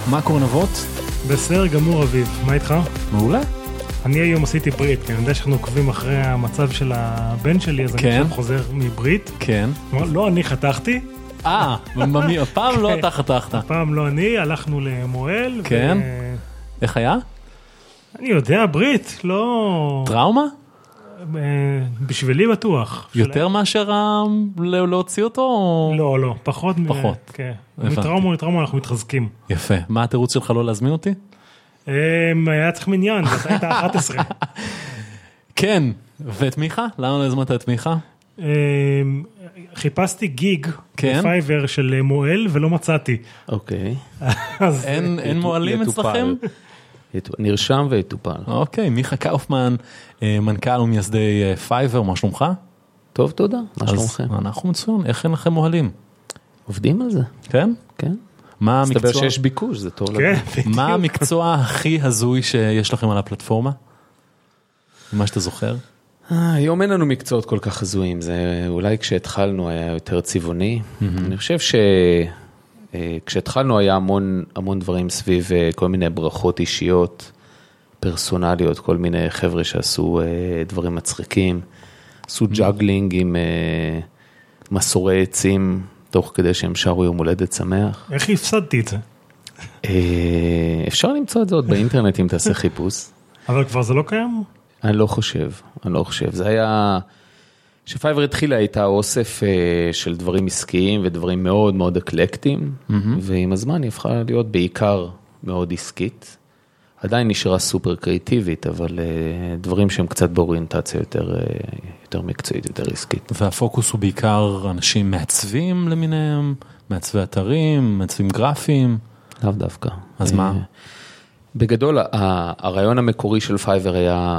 מה קורה נבות? בסדר גמור אביב, מה איתך? מעולה. אני היום עשיתי ברית, כי אני יודע שאנחנו עוקבים אחרי המצב של הבן שלי, אז אני עכשיו חוזר מברית. כן. לא אני חתכתי. הפעם לא אתה חתכת. הפעם לא אני, הלכנו למועל. כן. איך היה? אני יודע, ברית, לא... טראומה? בשבילי בטוח. יותר מאשר להוציא אותו? לא, פחות. פחות. מטראומה לטראומה אנחנו מתחזקים. יפה. מה התירוץ שלך לא להזמין אותי? היה צריך מניין, זאת הייתה 11. כן, ואת מיכה? למה לא הזמנת את מיכה? חיפשתי גיג בפייבר של מועל ולא מצאתי. אוקיי. אין מועלים אצלכם? נרשם ויטופל. אוקיי, מיכה קאופמן, מנכ"ל ומייסדי פייבר, מה שלומך? טוב, תודה. מה שלומכם? אנחנו מצוין, איך אין לכם מוהלים? עובדים על זה. כן? כן. מה המקצוע? מסתבר שיש ביקוש, זה טוב. כן, מה המקצוע הכי הזוי שיש לכם על הפלטפורמה? מה שאתה זוכר? היום אין לנו מקצועות כל כך הזויים, זה אולי כשהתחלנו היה יותר צבעוני. אני חושב כשהתחלנו היה המון דברים סביב כל מיני ברכות אישיות, פרסונליות, כל מיני חבר'ה שעשו דברים מצחיקים, עשו ג'אגלינג עם מסורי עצים, תוך כדי שהם שרו יום הולדת שמח. איך הפסדתי את זה? אפשר למצוא את זה עוד באינטרנט אם תעשה חיפוש. אבל כבר זה לא קיים? אני לא חושב. זה היה, שפייבר התחילה הייתה אוסף של דברים עסקיים ודברים מאוד מאוד אקלקטיים, ועם הזמן היא הפכה להיות בעיקר מאוד עסקית. עדיין נשארה סופר קריאטיבית, אבל דברים שהם קצת באוריינטציה יותר מקצועית, יותר עסקית. והפוקוס הוא בעיקר אנשים מעצבים למיניהם, מעצבי אתרים, מעצבים גרפיים? לאו דווקא. אז מה? בגדול, הרעיון המקורי של פייבר היה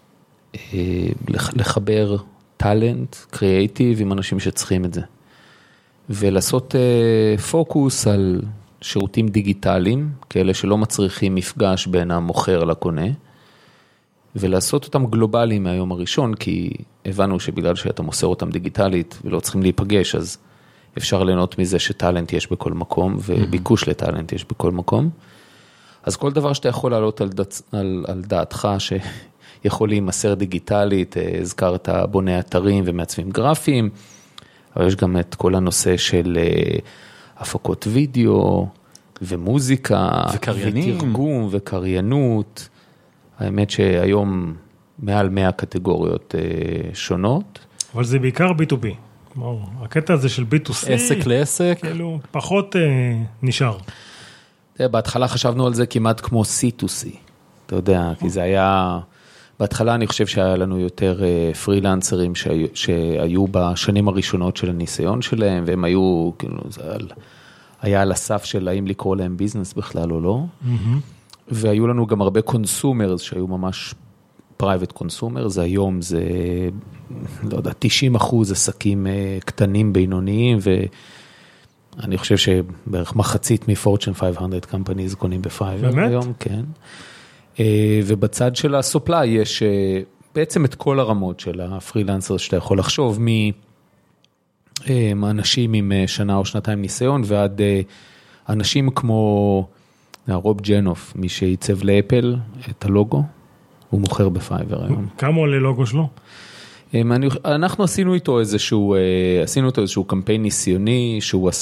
לחבר טלנט, קריאייטיב עם אנשים שצריכים את זה. ולעשות פוקוס על שירותים דיגיטליים, כאלה שלא מצריכים מפגש בין המוכר לקונה, ולעשות אותם גלובליים מהיום הראשון, כי הבנו שבגלל שאתה מוסר אותם דיגיטלית ולא צריכים להיפגש, אז אפשר ליהנות מזה שטלנט יש בכל מקום, וביקוש לטלנט יש בכל מקום. אז כל דבר שאתה יכול לעלות על דעתך, שיכול להימסר דיגיטלית, הזכרת בוני אתרים ומעצבים גרפיים, אבל יש גם את כל הנושא של הפקות וידאו, ומוזיקה, ותרגום, וקריינות. האמת שהיום מעל 100 קטגוריות שונות. אבל זה בעיקר B2B. הקטע הזה של B2C, עסק לעסק, כאילו, פחות נשאר. בהתחלה חשבנו על זה כמעט כמו C2C. אתה יודע, כי זה היה, בהתחלה אני חושב שהיה לנו יותר פרילנסרים שהיו בשנים הראשונות של הניסיון שלהם, והם היו, כאילו, זה היה על הסף של האם לקרוא להם ביזנס בכלל או לא. והיו לנו גם הרבה קונסומרס שהיו ממש פרייבט קונסומרס, היום זה, לא יודע, 90% עסקים קטנים בינוניים, ואני חושב שבערך מחצית מפורצ'ן 500 companies קונים בפייבר היום, כן. ובצד של הסופליי יש בעצם את כל הרמות של הפרילנסר שאתה יכול לחשוב, מאנשים עם שנה או שנתיים ניסיון, ועד אנשים כמו רוב ג'נוף, מי שייצב לאפל את הלוגו, הוא מוכר בפייבר היום. כמה עולה לוגו שלו? אנחנו עשינו איתו איזשהו קמפיין ניסיוני,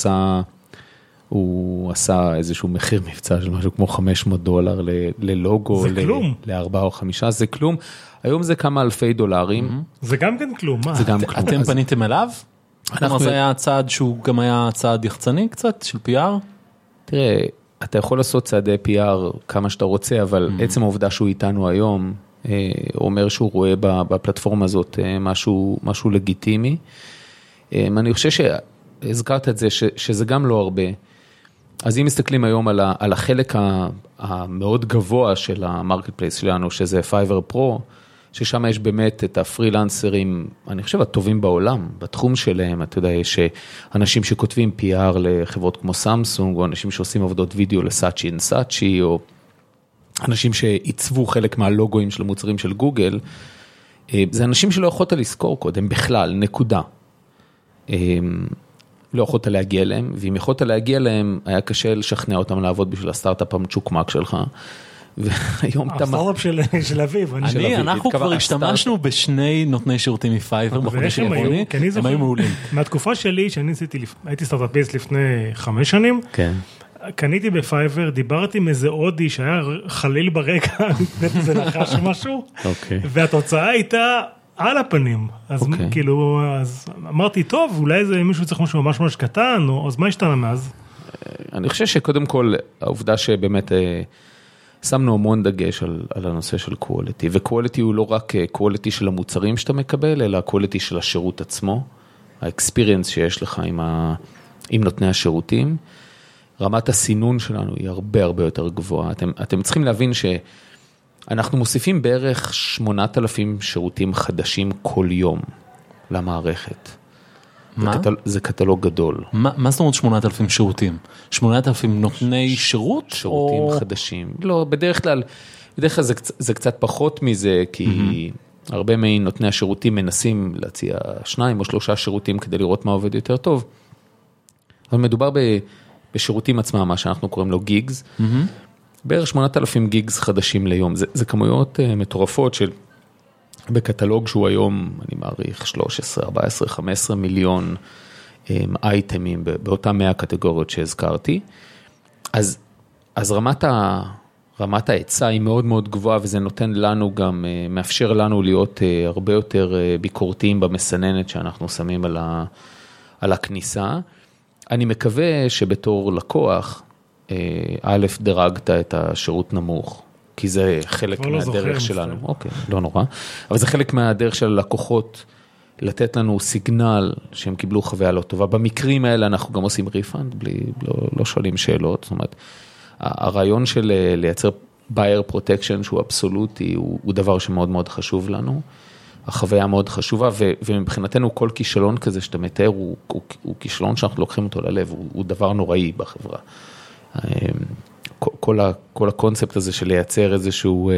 הוא עשה איזשהו מחיר מבצע של משהו כמו $500 ללוגו. זה כלום. ל4 או 5, זה כלום. היום זה כמה אלפי דולרים. זה גם כן כלום, מה? זה גם כלום. אתם פניתם אליו? זה היה צעד שהוא גם היה צעד יחצני קצת, של PR? תראה, אתה יכול לעשות צעדי PR כמה שאתה רוצה, אבל עצם העובדה שהוא איתנו היום, אומר שהוא רואה בפלטפורמה הזאת משהו לגיטימי. אני חושב שהזכרת את זה, שזה גם לא הרבה. אז אם מסתכלים היום על החלק המאוד גבוה של המרקט פלייס שלנו, שזה פייבר פרו, ששם יש באמת את הפרילנסרים, אני חושב, הטובים בעולם, בתחום שלהם. אתה יודע, יש אנשים שכותבים PR לחברות כמו סמסונג, או אנשים שעושים עבודות וידאו לסאצ'י נסאצ'י, או אנשים שעיצבו חלק מהלוגוים של המוצרים של גוגל. זה אנשים שלא יכולת לזכור קודם בכלל, נקודה. לא יכולת להגיע אליהם, ואם יכולת להגיע אליהם, היה קשה לשכנע אותם לעבוד בשביל הסטארט-אפ המצ'וקמק שלך. והיום אתה... הסטארט-אפ של אביב. אנחנו כבר השתמשנו בשני נותני שירותים מפייבר בחודש האחרונים, הם היו מעולים. מהתקופה שלי, שאני הייתי סטארט-אפיסט לפני 5 שנים, קניתי בפייבר, דיברתי עם איזה הודי שהיה חליל ברקע, לפני זה נחש משהו, והתוצאה הייתה על הפנים. אז כאילו, אז אמרתי, טוב, אולי זה מישהו צריך משהו ממש ממש קטן, אז מה השתנה מאז? אני חושב שקודם כל, העובדה שבאמת שמנו המון דגש על הנושא של quality, ו-quality הוא לא רק quality של המוצרים שאתה מקבל, אלא quality של השירות עצמו, ה-experience שיש לך עם נותני השירותים. רמת הסינון שלנו היא הרבה הרבה יותר גבוהה. אתם צריכים להבין שאנחנו מוסיפים בערך 8,000 שירותים חדשים כל יום למערכת. מה? זה קטלוג גדול. מה זאת אומרת 8,000 שירותים? 8,000 נותני שירות? שירותים חדשים. לא, בדרך כלל זה קצת פחות מזה, כי הרבה מנותני השירותים מנסים להציע 2 או 3 שירותים כדי לראות מה עובד יותר טוב. אבל מדובר בשירותים עצמם, מה שאנחנו קוראים לו גיגס, בערך 8,000 גיגס חדשים ליום. זה כמויות מטורפות של, בקטלוג שהוא היום, אני מעריך, 13, 14, 15 מיליון אייטמים, באותם 100 קטגוריות שהזכרתי. אז רמת ההיצע היא מאוד מאוד גבוהה, וזה נותן לנו גם, מאפשר לנו להיות הרבה יותר ביקורתיים במסננת שאנחנו שמים על הכניסה. אני מקווה שבתור לקוח, א', דרגת את השירות נמוך, כי זה חלק מהדרך שלנו. אוקיי, לא נורא. אבל זה חלק מהדרך של הלקוחות, לתת לנו סיגנל שהם קיבלו חוויה לא טובה. במקרים האלה אנחנו גם עושים ריפאנד, לא שואלים שאלות. זאת אומרת, הרעיון של לייצר buyer protection שהוא אבסולוטי, הוא דבר שמאוד מאוד חשוב לנו. החוויה מאוד חשובה, ומבחינתנו כל כישלון כזה שאתה מתאר, הוא כישלון שאנחנו לוקחים אותו ללב, הוא דבר נוראי בחברה. כל הקונספט הזה של לייצר איזשהו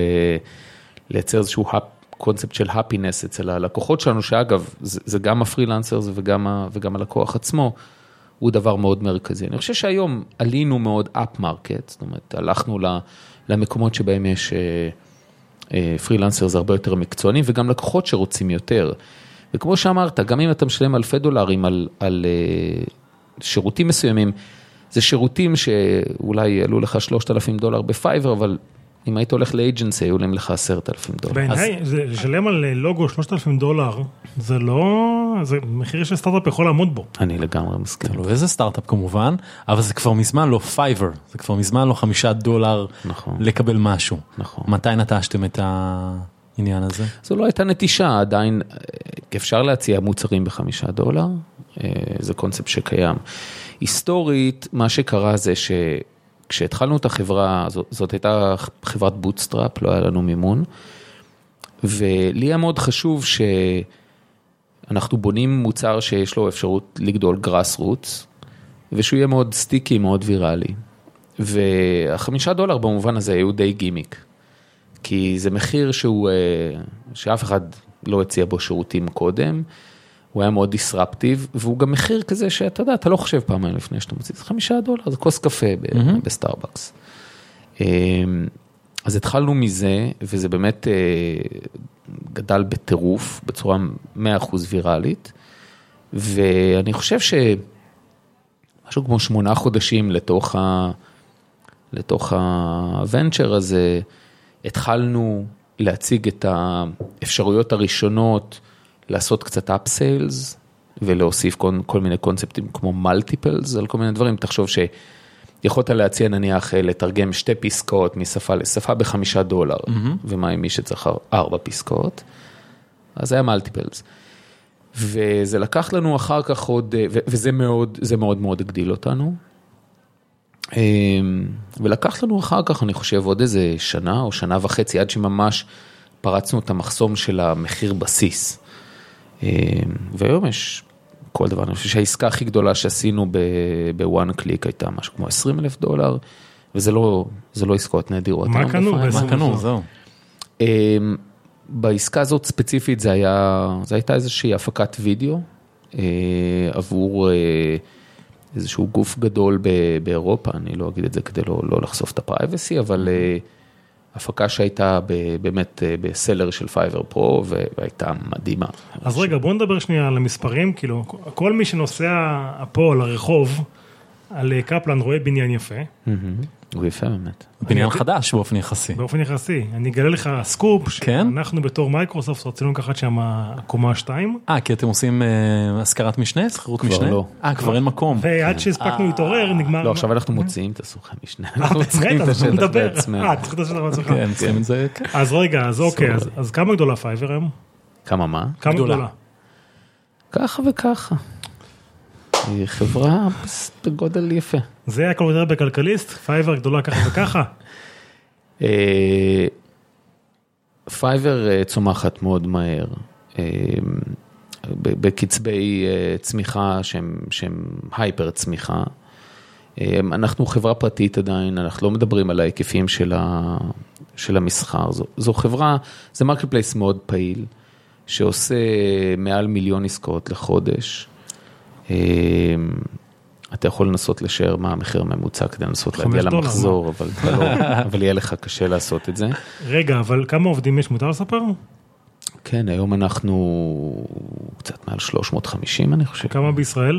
קונספט של happiness אצל הלקוחות שלנו, שאגב, זה גם הפרילנסר וגם הלקוח עצמו, הוא דבר מאוד מרכזי. אני חושב שהיום עלינו מאוד up market, זאת אומרת, הלכנו למקומות שבהם יש פרילנסר זה הרבה יותר מקצוענים, וגם לקוחות שרוצים יותר. וכמו שאמרת, גם אם אתה משלם $1,000 על שירותים מסוימים, זה שירותים שאולי יעלו לך $3,000 בפייבר, אבל אם היית הולך לאג'נסי, היו להם לך $10,000. בעיניי, לשלם על לוגו $3,000, זה לא, זה מחיר שסטארט-אפ יכול לעמוד בו. אני לגמרי מסכים. וזה סטארט-אפ כמובן, אבל זה כבר מזמן לא פייבר, זה כבר מזמן לא $5 לקבל משהו. נכון. מתי נטשתם את העניין הזה? זו לא הייתה נטישה, עדיין אפשר להציע מוצרים $5, זה קונספט שקיים. היסטורית, מה שקרה זה כשהתחלנו את החברה, זאת הייתה חברת בוטסטראפ, לא היה לנו מימון, ולי היה מאוד חשוב שאנחנו בונים מוצר שיש לו אפשרות לגדול גראס רוטס, ושהוא יהיה מאוד סטיקי, מאוד ויראלי. $5 במובן הזה היו די גימיק, כי זה מחיר שאף אחד לא הציע בו שירותים קודם, הוא היה מאוד דיסרפטיב, והוא גם מחיר כזה שאתה יודע, אתה לא חושב פעמיים לפני שאתה מוציא, זה $5, זה כוס קפה בסטארבקס. אז התחלנו מזה, וזה באמת גדל בטירוף, בצורה 100% ויראלית, ואני חושב שמשהו כמו 8 חודשים לתוך הוונצ'ר הזה, התחלנו להציג את האפשרויות הראשונות, לעשות קצת אפסיילס, ולהוסיף כל מיני קונספטים כמו מולטיפלס, על כל מיני דברים. תחשוב שיכולת להציע נניח לתרגם 2 פסקאות משפה לשפה $5, ומה עם מי שצריך 4 פסקאות, אז זה היה מולטיפלס. וזה לקח לנו אחר כך עוד, וזה מאוד מאוד הגדיל אותנו, ולקח לנו אחר כך, אני חושב, עוד איזה שנה או שנה וחצי, עד שממש פרצנו את המחסום של המחיר בסיס. והיום יש כל דבר, אני חושב שהעסקה הכי גדולה שעשינו בוואן קליק הייתה משהו כמו $20,000, וזה לא עסקאות נדירות. מה קנו? מה קנו, זהו. בעסקה הזאת ספציפית זה הייתה איזושהי הפקת וידאו, עבור איזשהו גוף גדול באירופה, אני לא אגיד את זה כדי לא לחשוף את הפרייבסי, אבל הפקה שהייתה באמת בסלר של פייבר פרו, והייתה מדהימה. אז רגע, בוא נדבר שנייה על המספרים, כאילו, כל מי שנוסע פה לרחוב, על קפלן רואה בניין יפה. הוא יפה באמת. בניין חדש באופן יחסי. באופן יחסי. אני אגלה לך סקופ, שאנחנו בתור מייקרוסופט רצינו לקחת שם קומה 2. כי אתם עושים השכרת משנה, שכירות משנה? כבר לא. כבר אין מקום. ועד שהספקנו להתעורר, נגמר. לא, עכשיו אנחנו מוציאים את השוכרי משנה. באמת, אז בוא נדבר. צריך את השטח בעצמך. כן, צריכים את זה. אז רגע, אז אוקיי, אז כמה גדולה פייבר היום? כמה מה? כמה גדולה? ככה וככה. היא חברה בגודל יפה. זה היה כל יותר בכלכליסט? פייבר גדולה ככה וככה? פייבר צומחת מאוד מהר, בקצבי צמיחה שהם הייפר צמיחה. אנחנו חברה פרטית עדיין, אנחנו לא מדברים על ההיקפים של המסחר. זו חברה, זה מרקטפלייס מאוד פעיל, שעושה מעל 1,000,000 עסקאות לחודש. אתה יכול לנסות לשער מה המחיר הממוצע כדי לנסות להגיע למחזור, אבל יהיה לך קשה לעשות את זה. רגע, אבל כמה עובדים יש? מותר לספר? כן, היום אנחנו קצת מעל 350, אני חושב. כמה בישראל?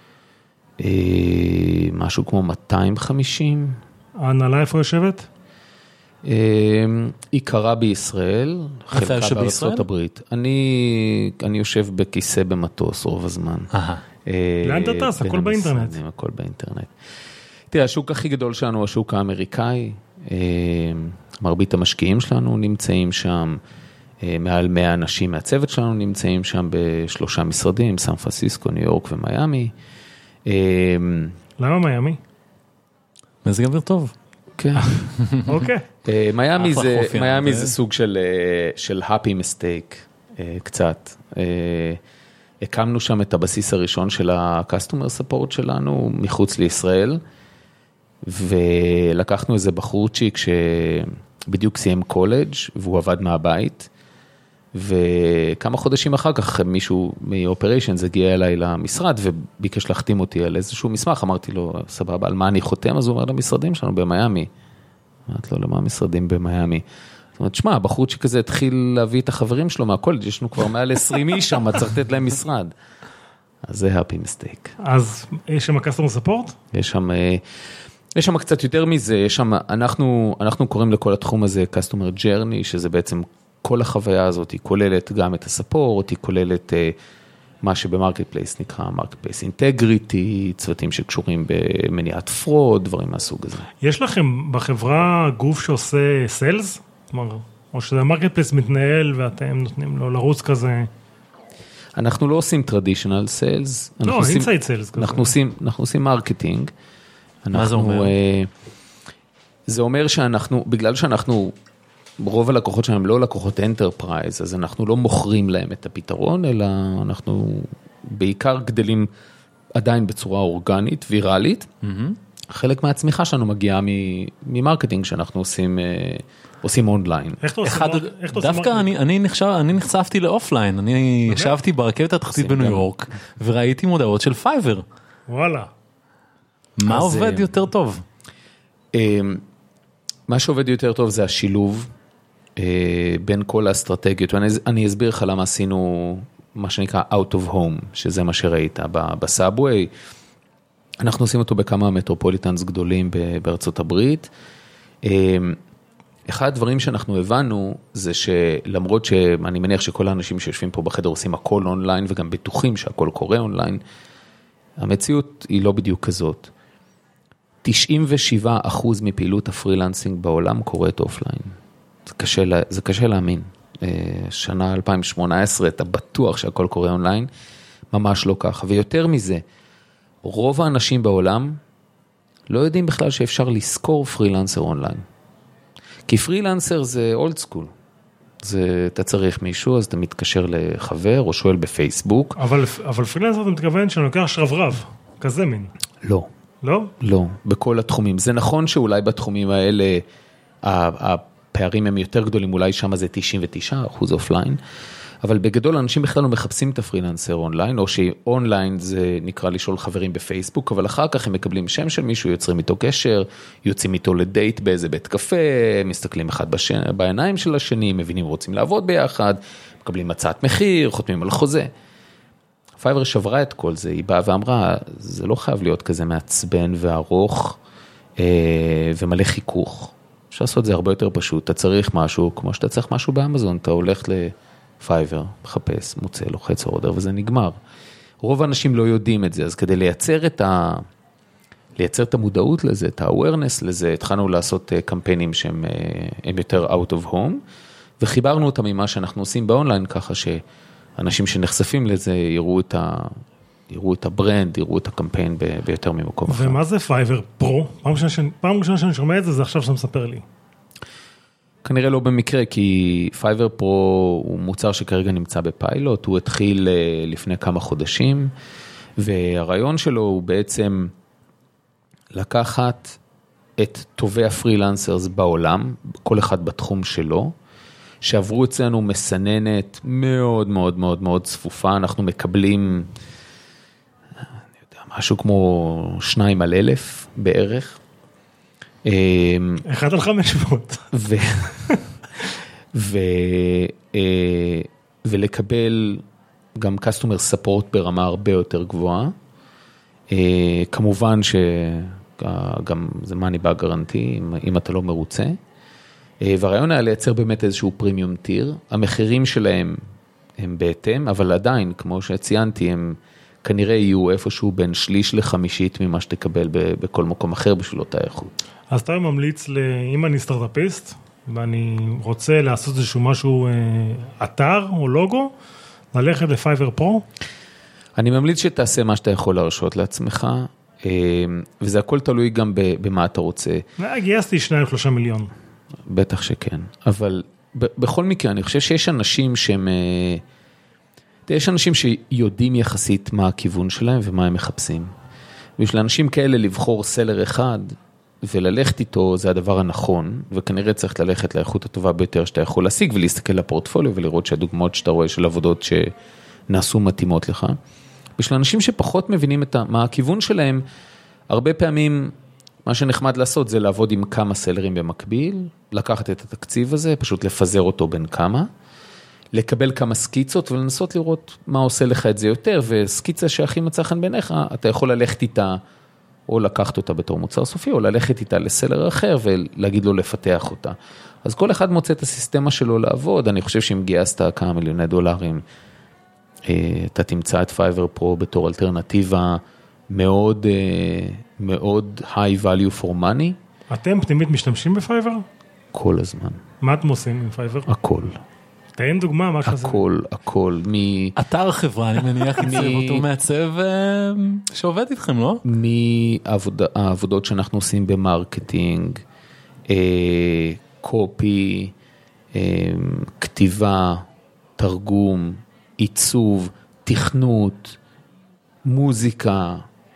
משהו כמו 250. ההנהלה איפה יושבת? עיקרה בישראל, חלקה בארצות הברית. אני יושב בכיסא במטוס רוב הזמן. לאן אתה טס? הכל באינטרנט. הכל באינטרנט. תראה, השוק הכי גדול שלנו הוא השוק האמריקאי. מרבית המשקיעים שלנו נמצאים שם, מעל 100 אנשים מהצוות שלנו נמצאים שם ב3 משרדים, סן פרנסיסקו, ניו יורק ומיימי. למה מיימי? מזג אוויר טוב. כן. אוקיי. מיימי זה סוג של happy mistake, קצת. הקמנו שם את הבסיס הראשון של ה-customer support שלנו, מחוץ לישראל, ולקחנו איזה בחורצ'יק שבדיוק סיים קולג' והוא עבד מהבית, וכמה חודשים אחר כך מישהו מ-operations הגיע אליי למשרד, וביקש להחתים אותי על איזשהו מסמך, אמרתי לו, סבבה, על מה אני חותם? אז הוא אומר למשרדים שלנו במיימי. אמרתי לו, למה המשרדים במיימי? זאת אומרת, שמה, הבחורצ'יק כזה התחיל להביא את החברים שלו מהקולג', יש לנו כבר מעל 20 איש שם, צריך לתת להם משרד. אז זה happy mistake. אז יש שם customer support? יש שם קצת יותר מזה, יש שם, אנחנו קוראים לכל התחום הזה customer journey, שזה בעצם כל החוויה הזאת, היא כוללת גם את הספורט, היא כוללת מה שבמרקטפלייס נקרא מרקטפלייס אינטגריטי, צוותים שקשורים במניעת פרוד, דברים מהסוג הזה. יש לכם בחברה גוף שעושה סיילס? או שזה המרקטפלייס מתנהל ואתם נותנים לו לרוץ כזה? אנחנו לא עושים traditional sales. לא, inside sales כזה. אנחנו עושים מרקטינג. מה זה אומר? זה אומר שאנחנו, בגלל שאנחנו, רוב הלקוחות שלהם לא לקוחות אנטרפרייז, אז אנחנו לא מוכרים להם את הפתרון, אלא אנחנו בעיקר גדלים עדיין בצורה אורגנית, ויראלית. חלק מהצמיחה שלנו מגיעה ממרקטינג שאנחנו עושים אונליין. איך אתה עושה מרקטינג? דווקא אני נחשפתי לאופליין, אני ישבתי ברכבת התחתית בניו יורק, וראיתי מודעות של פייבר. וואלה. מה עובד יותר טוב? מה שעובד יותר טוב זה השילוב בין כל האסטרטגיות, ואני אסביר לך למה עשינו מה שנקרא out of home, שזה מה שראית בסאבווי, אנחנו עושים אותו בכמה מטרופוליטנס גדולים בארצות הברית. אחד הדברים שאנחנו הבנו זה שלמרות שאני מניח שכל האנשים שיושבים פה בחדר עושים הכל אונליין וגם בטוחים שהכל קורה אונליין, המציאות היא לא בדיוק כזאת. 97% מפעילות הפרילנסינג בעולם קורית אופליין. זה קשה להאמין. שנה 2018 אתה בטוח שהכל קורה אונליין, ממש לא ככה. ויותר מזה, רוב האנשים בעולם לא יודעים בכלל שאפשר לזכור פרילנסר אונליין. כי פרילנסר זה אולד סקול. אתה צריך מישהו, אז אתה מתקשר לחבר או שואל בפייסבוק. אבל פרילנסר אתה מתכוון שאני לוקח שרברב, כזה מין. לא. לא? לא, בכל התחומים. זה נכון שאולי בתחומים האלה הפערים הם יותר גדולים, אולי שם זה 99% אופליין, אבל בגדול אנשים בכלל לא מחפשים את הפרילנסר אונליין, או שאונליין זה נקרא לשאול חברים בפייסבוק, אבל אחר כך הם מקבלים שם של מישהו, יוצרים איתו קשר, יוצאים איתו לדייט באיזה בית קפה, מסתכלים אחד בעיניים של השני, מבינים רוצים לעבוד ביחד, מקבלים הצעת מחיר, חותמים על חוזה. פייבר שברה את כל זה, היא באה ואמרה, זה לא חייב להיות כזה מעצבן וארוך ומלא חיכוך. אפשר לעשות זה הרבה יותר פשוט, אתה צריך משהו, כמו שאתה צריך משהו באמזון, אתה הולך לפייבר, מחפש, מוצא, לוחץ אורדר, וזה נגמר. רוב האנשים לא יודעים את זה, אז כדי לייצר את המודעות לזה, את ה-awareness לזה, התחלנו לעשות קמפיינים שהם יותר out of home, וחיברנו אותם ממה שאנחנו עושים באונליין, ככה שאנשים שנחשפים לזה יראו את הברנד, יראו את הקמפיין ביותר ממקום אחר. ומה זה פייבר פרו? פעם ראשונה שאני שומע את זה, זה עכשיו שאתה מספר לי. כנראה לא במקרה, כי פייבר פרו הוא מוצר שכרגע נמצא בפיילוט, הוא התחיל לפני כמה חודשים, והרעיון שלו הוא בעצם לקחת את טובי הפרילנסרס בעולם, כל אחד בתחום שלו, שעברו אצלנו מסננת מאוד מאוד מאוד מאוד צפופה, אנחנו מקבלים, אני יודע, משהו כמו 2 על 1,000 בערך. 1 על 500. ולקבל גם customer support ברמה הרבה יותר גבוהה. כמובן שגם זה money back guarantee, אם אתה לא מרוצה. והרעיון היה לייצר באמת איזשהו פרימיום טיר, המחירים שלהם הם בהתאם, אבל עדיין, כמו שציינתי, הם כנראה יהיו איפשהו בין 1/3 ל5 ממה שתקבל בכל מקום אחר בשביל אותה איכות. אז אתה ממליץ, אם אני סטארט-אפיסט, ואני רוצה לעשות איזשהו משהו, אתר או לוגו, ללכת לפייבר פרו? אני ממליץ שתעשה מה שאתה יכול להרשות לעצמך, וזה הכל תלוי גם במה אתה רוצה. גייסתי 2-3 מיליון. בטח שכן, אבל בכל מקרה, אני חושב שיש אנשים יש אנשים שיודעים יחסית מה הכיוון שלהם ומה הם מחפשים. בשביל אנשים כאלה לבחור סלר אחד וללכת איתו זה הדבר הנכון, וכנראה צריך ללכת לאיכות הטובה ביותר שאתה יכול להשיג ולהסתכל לפורטפוליו ולראות שהדוגמאות שאתה רואה של עבודות שנעשו מתאימות לך. בשביל אנשים שפחות מבינים מה הכיוון שלהם, הרבה פעמים מה שנחמד לעשות זה לעבוד עם כמה סלרים במקביל, לקחת את התקציב הזה, פשוט לפזר אותו בין כמה, לקבל כמה סקיצות ולנסות לראות מה עושה לך את זה יותר, וסקיצה שהכי מצא חן בעיניך, אתה יכול ללכת איתה, או לקחת אותה בתור מוצר סופי, או ללכת איתה לסלר אחר, ולהגיד לו לפתח אותה. אז כל אחד מוצא את הסיסטמה שלו לעבוד, אני חושב שאם גייסת כמה מיליוני דולרים, אתה תמצא את פייבר פרו בתור אלטרנטיבה מאוד, מאוד high value for money. אתם פנימית משתמשים בפייבר? כל הזמן. מה אתם עושים עם פייבר? הכל. תן דוגמה, מה שזה. הכל. אתר החברה, אני מניח, יצב אותו מעצב שעובד איתכם, לא? מהעבודות שאנחנו עושים במרקטינג, קופי, כתיבה, תרגום, עיצוב, תכנות, מוזיקה,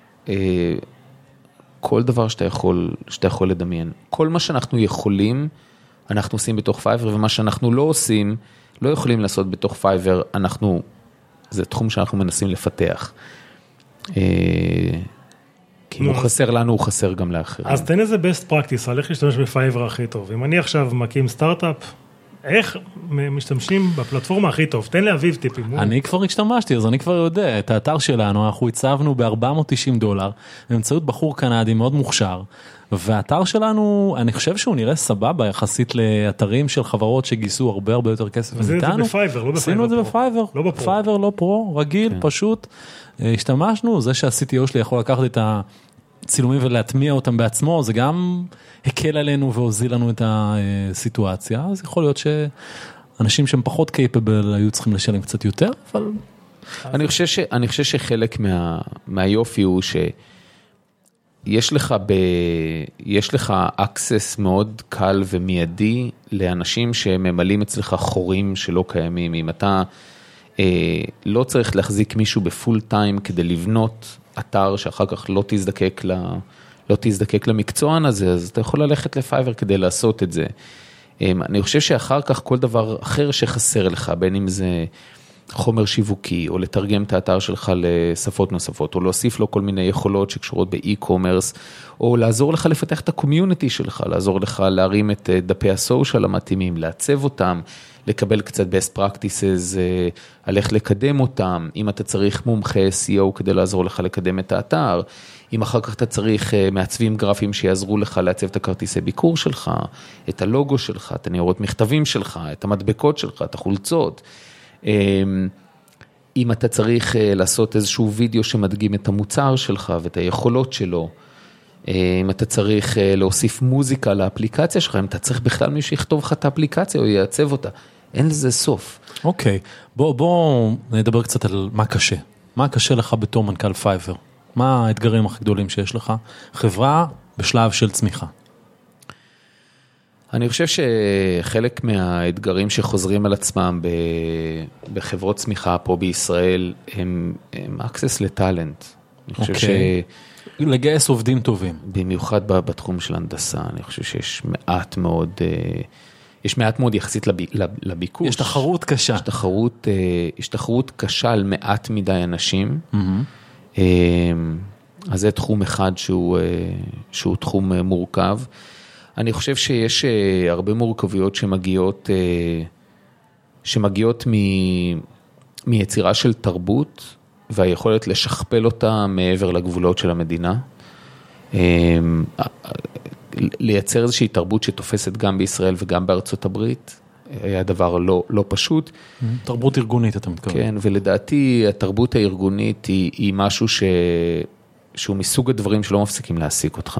כל דבר שאתה יכול לדמיין. כל מה שאנחנו יכולים, אנחנו עושים בתוך פייבר, ומה שאנחנו לא עושים, לא יכולים לעשות בתוך פייבר, זה תחום שאנחנו מנסים לפתח. כי הוא חסר לנו, הוא חסר גם לאחרים. אז תן איזה best practice, על איך להשתמש בפייבר הכי טוב. אם אני עכשיו מקים סטארט-אפ, איך משתמשים בפלטפורמה הכי טוב? תן לאביב טיפים. אני כבר השתמשתי, אז אני כבר יודע, את האתר שלנו, אנחנו הצבנו $490, באמצעות בחור קנדי מאוד מוכשר, והאתר שלנו, אני חושב שהוא נראה סבבה, יחסית לאתרים של חברות שגייסו הרבה יותר כסף מאיתנו. זה בפייבר, לא בפייבר. עשינו את זה בפייבר, לא בפרו. פייבר, לא פרו, רגיל, פשוט. השתמשנו, זה שה-CTO שלי יכול לקחת את הצילומים ולהטמיע אותם בעצמו, זה גם הקל עלינו והוזיל לנו את הסיטואציה, אז יכול להיות שאנשים שהם פחות קייפבל היו צריכים לשלם קצת יותר, אבל... אני חושב שחלק מהיופי הוא שיש לך access מאוד קל ומיידי לאנשים שממלאים אצלך חורים שלא קיימים. אם אתה לא צריך להחזיק מישהו בפול טיים כדי לבנות אתר שאחר כך לא תזדקק למקצוען הזה, אז אתה יכול ללכת לפייבר כדי לעשות את זה. אני חושב שאחר כך כל דבר אחר שחסר לך, בין אם זה חומר שיווקי, או לתרגם את האתר שלך לשפות נוספות, או להוסיף לו כל מיני יכולות שקשורות באי-קומרס, או לעזור לך לפתח את הקומיוניטי שלך, לעזור לך להרים את דפי הסושיאל המתאימים, לעצב אותם, לקבל קצת best practices, על איך לקדם אותם, אם אתה צריך מומחה SEO כדי לעזור לך לקדם את האתר, אם אחר כך אתה צריך מעצבים גרפיים שיעזרו לך לעצב את הכרטיסי ביקור שלך, את הלוגו שלך, את הניירות מכתבים שלך, את המדבקות שלך, את החולצות, אם אתה צריך לעשות איזשהו וידאו שמדגים את המוצר שלך ואת היכולות שלו, אם אתה צריך להוסיף מוזיקה לאפליקציה שלך, אם אתה צריך בכלל מישהו יכתוב לך את האפליקציה או יעצב אותה, אין לזה סוף. אוקיי, בוא נדבר קצת על מה קשה. מה קשה לך בתור מנכ"ל פייבר? מה האתגרים הכי גדולים שיש לך? חברה בשלב של צמיחה. אני חושב שחלק מהאתגרים שחוזרים על עצמם בחברות צמיחה פה בישראל, הם access לטלנט. אני חושב לגייס עובדים טובים. במיוחד בתחום של הנדסה, אני חושב שיש מעט מאוד יחסית לביקוש. יש תחרות קשה. יש תחרות קשה על מעט מדי אנשים. אז זה תחום אחד שהוא תחום מורכב. אני חושב שיש הרבה מורכבויות שמגיעות מיצירה של תרבות, והיכולת לשכפל אותה מעבר לגבולות של המדינה. לייצר איזושהי תרבות שתופסת גם בישראל וגם בארצות הברית, היה דבר לא פשוט. תרבות ארגונית, אתה מתכוון. כן, ולדעתי התרבות הארגונית היא משהו שהוא מסוג הדברים שלא מפסיקים להעסיק אותך.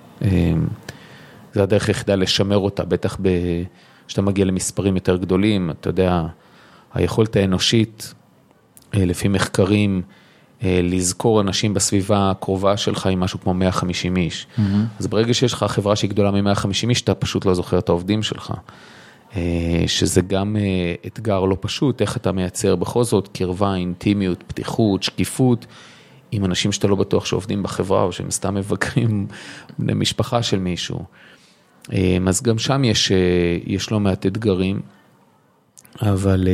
זה הדרך היחידה לשמר אותה, בטח כשאתה מגיע למספרים יותר גדולים, אתה יודע, היכולת האנושית, לפי מחקרים, לזכור אנשים בסביבה הקרובה שלך עם משהו כמו 150 איש. אז ברגע שיש לך חברה שהיא גדולה מ-150 איש, אתה פשוט לא זוכר את העובדים שלך. שזה גם אתגר לא פשוט, איך אתה מייצר בכל זאת קרבה, אינטימיות, פתיחות, שקיפות, עם אנשים שאתה לא בטוח שעובדים בחברה, או שהם סתם מבקרים בני משפחה של מישהו. אז גם שם יש לא מעט אתגרים, אבל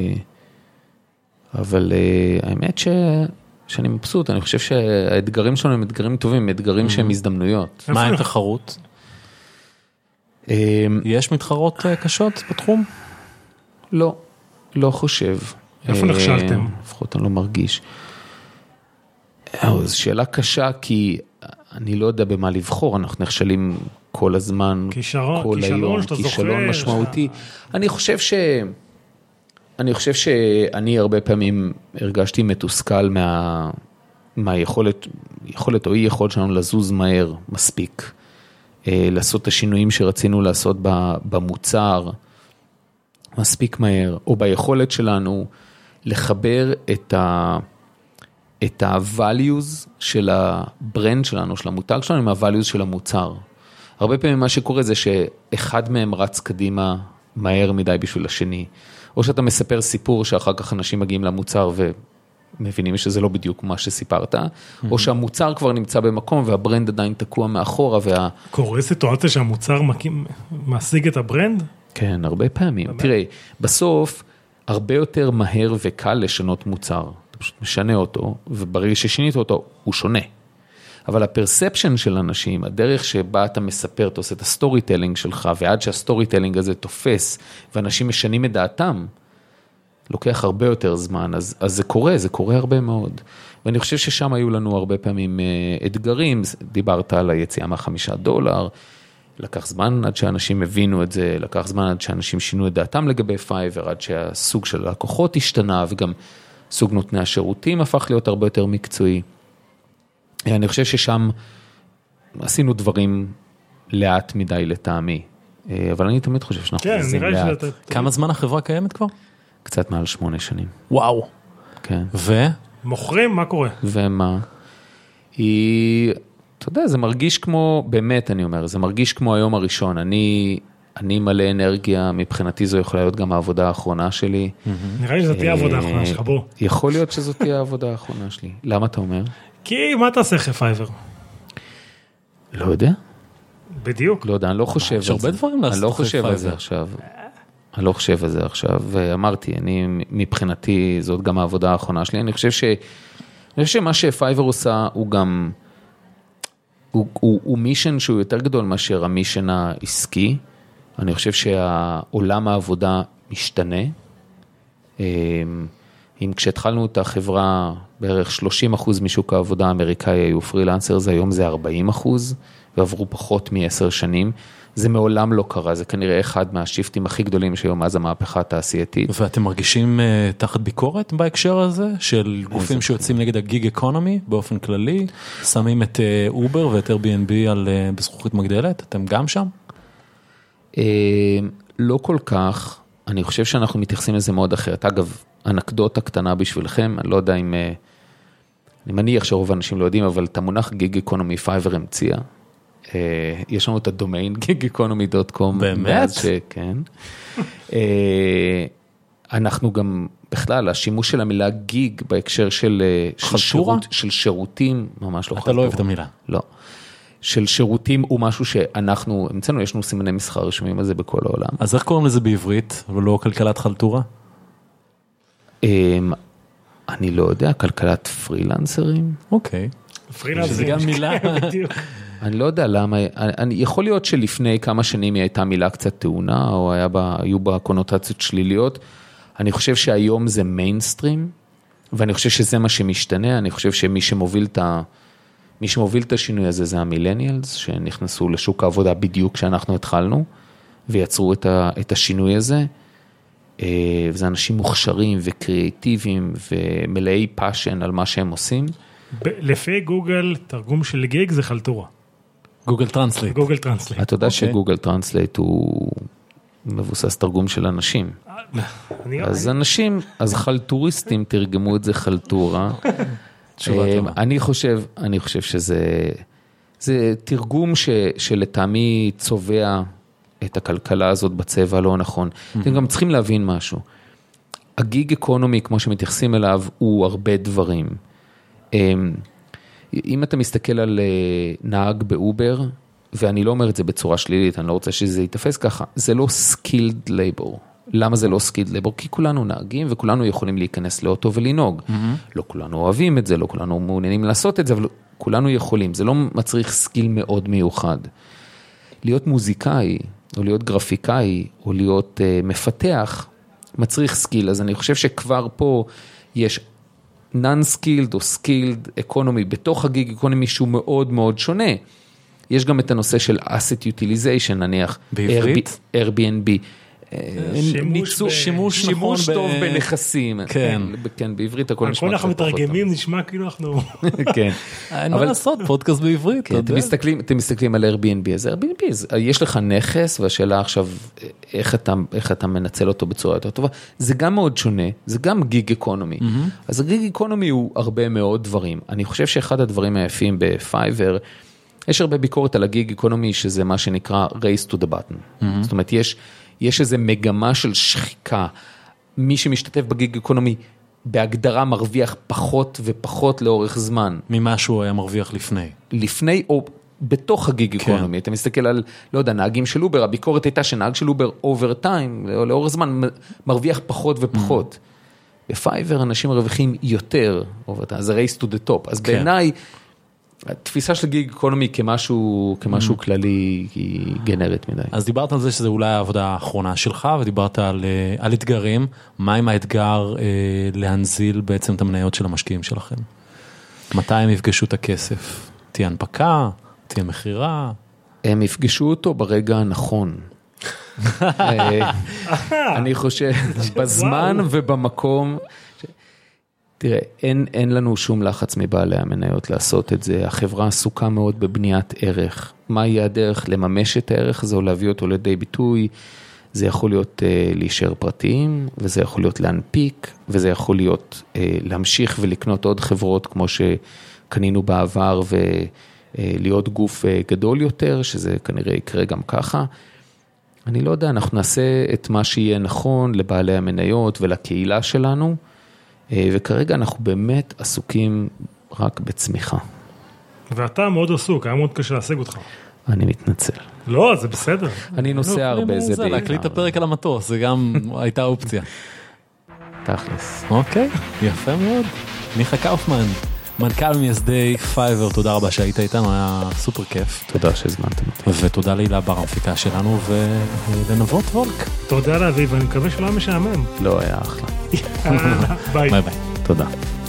האמת שאני מבסוט, אני חושב שהאתגרים שלנו הם אתגרים טובים, הם אתגרים שהם הזדמנויות. מה עם תחרות? יש מתחרות קשות בתחום? לא חושב. איפה נכשלתם? לפחות אני לא מרגיש. זו שאלה קשה, כי אני לא יודע במה לבחור, אנחנו נכשלים כל הזמן, כל היום, כישלון משמעותי. אני חושב שאני הרבה פעמים הרגשתי מתוסכל מהיכולת או אי יכולת שלנו לזוז מהר מספיק, לעשות את השינויים שרצינו לעשות במוצר מספיק מהר, או ביכולת שלנו לחבר את ה-values של הברנד שלנו, של המותג שלנו, עם ה-values של המוצר. הרבה פעמים מה שקורה זה שאחד מהם רץ קדימה מהר מדי בשביל השני, או שאתה מספר סיפור שאחר כך אנשים מגיעים למוצר ומבינים שזה לא בדיוק מה שסיפרת, או שהמוצר כבר נמצא במקום והברנד עדיין תקוע מאחורה. קורה סיטואציה שהמוצר משיג את הברנד? כן, הרבה פעמים. תראה, בסוף הרבה יותר מהר וקל לשנות מוצר. אתה פשוט משנה אותו, וברגע ששינית אותו, הוא שונה. אבל הפרספשן של אנשים, הדרך שבה אתה מספר, אתה עושה את הסטורי טלינג שלך, ועד שהסטורי טלינג הזה תופס, ואנשים משנים את דעתם, לוקח הרבה יותר זמן, אז זה קורה הרבה מאוד. ואני חושב ששם היו לנו הרבה פעמים אתגרים, דיברת על היציאה $5, לקח זמן עד שאנשים הבינו את זה, לקח זמן עד שאנשים שינו את דעתם לגבי פייבר, עד שהסוג של הלקוחות השתנה, וגם סוג נותני השירותים הפך להיות הרבה יותר מקצועי. אני חושב ששם עשינו דברים לאט מדי לטעמי, אבל אני תמיד חושב שאנחנו עושים לאט. כמה זמן החברה קיימת כבר? קצת מעל 8 שנים. וואו. כן. מוכרים? מה קורה? ומה? אתה יודע, זה מרגיש כמו, באמת אני אומר, זה מרגיש כמו היום הראשון. אני מלא אנרגיה, מבחינתי זו יכולה להיות גם העבודה האחרונה שלי. נראה לי שזאת תהיה העבודה האחרונה שלך, בוא. יכול להיות שזאת תהיה העבודה האחרונה שלי. למה אתה אומר? כי מה תעשה אחרי פייבר? לא יודע. בדיוק. לא יודע, אני לא חושב על זה. יש הרבה דברים לעשות. אני לא חושב על זה עכשיו. אני לא חושב על זה עכשיו, ואמרתי, מבחינתי, זאת גם העבודה האחרונה שלי, אני חושב שמה שפייבר עושה הוא גם, הוא מישן שהוא יותר גדול מאשר המישן העסקי, אני חושב שהעולם העבודה משתנה, אם כשהתחלנו את החברה, בערך 30% משוק העבודה האמריקאי היו פרילנסרס, היום זה 40%, ועברו פחות מ10 שנים, זה מעולם לא קרה, זה כנראה אחד מהשיפטים הכי גדולים שהיום אז המהפכה התעשייתית. ואתם מרגישים תחת ביקורת בהקשר הזה, של גופים שיוצאים נגד הגיג אקונומי באופן כללי, שמים את אובר ואת Airbnb בזכוכית מגדלת, אתם גם שם? לא כל כך, אני חושב שאנחנו מתייחסים לזה מאוד אחרת. אגב, אנקדוטה קטנה בשבילכם, אני לא יודע אם, אני מניח שרוב האנשים לא יודעים, אבל את המונח גיג אקונומי פייבר המציאה. יש לנו את הדומיין gigeconomy.com. באמת? כן. אנחנו גם, בכלל, השימוש של המילה גיג בהקשר של שירותים, ממש לא חלטורה. אתה לא אוהב את המילה. לא. של שירותים הוא משהו שאנחנו, אמצענו, יש לנו סימני מסחר רשמיים על זה בכל העולם. אז איך קוראים לזה בעברית, ולא כלכלת חלטורה? אני לא יודע, כלכלת פרילנסרים. אוקיי. פרילנסרים. שזה גם מילה. אני לא יודע למה, יכול להיות שלפני כמה שנים היא הייתה מילה קצת טעונה, או היו בה קונוטציות שליליות. אני חושב שהיום זה מיינסטרים, ואני חושב שזה מה שמשתנה, אני חושב שמי שמוביל את השינוי הזה זה המילניאלס, שנכנסו לשוק העבודה בדיוק כשאנחנו התחלנו, ויצרו את השינוי הזה, וזה אנשים מוכשרים וקריאטיביים, ומלאי פאשן על מה שהם עושים. לפי גוגל, תרגום של גיג זה חלטורה. גוגל טרנסלייט. גוגל טרנסלייט. אתה יודע שגוגל טרנסלייט הוא מבוסס תרגום של אנשים. אז אנשים, אז חלטוריסטים תרגמו את זה חלטורה. אני חושב שזה תרגום שלטעמי צובע את הכלכלה הזאת בצבע לא נכון. אתם גם צריכים להבין משהו. הגיג אקונומי, כמו שמתייחסים אליו, הוא הרבה דברים. אם אתה מסתכל על נהג באובר, ואני לא אומר את זה בצורה שלילית, אני לא רוצה שזה יתפס ככה, זה לא skilled labor. למה זה לא skilled labor? כי כולנו נהגים וכולנו יכולים להיכנס לאוטו ולנהוג. לא כולנו אוהבים את זה, לא כולנו מעוניינים לעשות את זה, אבל כולנו יכולים. זה לא מצריך סקיל מאוד מיוחד. להיות מוזיקאי, או להיות גרפיקאי, או להיות מפתח, מצריך סקיל. אז אני חושב שכבר פה יש non-skilled או skilled economy, בתוך הגיג אקונומי שהוא מאוד מאוד שונה. יש גם את הנושא של asset utilization, נניח, בעברית? Airbnb. שימוש טוב בנכסים. כן, בעברית הכל נשמע. אנחנו מתרגמים, נשמע כאילו אנחנו... כן. אין מה לעשות, פודקאסט בעברית. אתם מסתכלים על Airbnb, אז Airbnb, יש לך נכס, והשאלה עכשיו, איך אתה מנצל אותו בצורה יותר טובה, זה גם מאוד שונה, זה גם גיג אקונומי. אז הגיג אקונומי הוא הרבה מאוד דברים. אני חושב שאחד הדברים היפים בפייבר, יש הרבה ביקורת על הגיג אקונומי, שזה מה שנקרא race to the button. זאת אומרת, יש איזו מגמה של שחיקה. מי שמשתתף בגיג אקונומי, בהגדרה מרוויח פחות ופחות לאורך זמן. ממה שהוא היה מרוויח לפני. לפני או בתוך הגיג אקונומי. אתה מסתכל על, לא יודע, נהגים של אובר, הביקורת הייתה שנהג של אובר אובר טיים, לאורך זמן מרוויח פחות ופחות. בפייבר אנשים מרוויחים יותר, זה race to the top. אז בעיניי, התפיסה של גיג אקונומי כמשהו כללי היא גנרית מדי. אז דיברת על זה שזה אולי העבודה האחרונה שלך, ודיברת על אתגרים. מה עם האתגר להנזיל בעצם את המניות של המשקיעים שלכם? מתי הם יפגשו את הכסף? תהיה הנפקה? תהיה מחירה? הם יפגשו אותו ברגע הנכון. אני חושב, בזמן ובמקום... תראה, אין לנו שום לחץ מבעלי המניות לעשות את זה. החברה עסוקה מאוד בבניית ערך. מה יהיה הדרך לממש את הערך הזה או להביא אותו לידי ביטוי? זה יכול להיות להישאר פרטיים, וזה יכול להיות להנפיק, וזה יכול להיות להמשיך ולקנות עוד חברות כמו שקנינו בעבר, ולהיות גוף גדול יותר, שזה כנראה יקרה גם ככה. אני לא יודע, אנחנו נעשה את מה שיהיה נכון לבעלי המניות ולקהילה שלנו, וכרגע אנחנו באמת עסוקים רק בצמיחה. ואתה מאוד עסוק, היה מאוד קשה להשיג אותך. אני מתנצל. לא, זה בסדר. אני נוסע הרבה, זה בעיקר. להקליט את הפרק על המטוס, זה גם הייתה אופציה. תכלס. אוקיי, יפה מאוד. מיכה קאופמן, מנכ"ל מייסדי פייבר, תודה רבה שהיית איתנו, היה סופר כיף. תודה שהזמנתם אותי. ותודה להילה בר המפיקה שלנו ולנבות וולק. תודה לאביב, אני מקווה שלא היה משעמם. לא, היה אחלה. ביי. ביי ביי. תודה.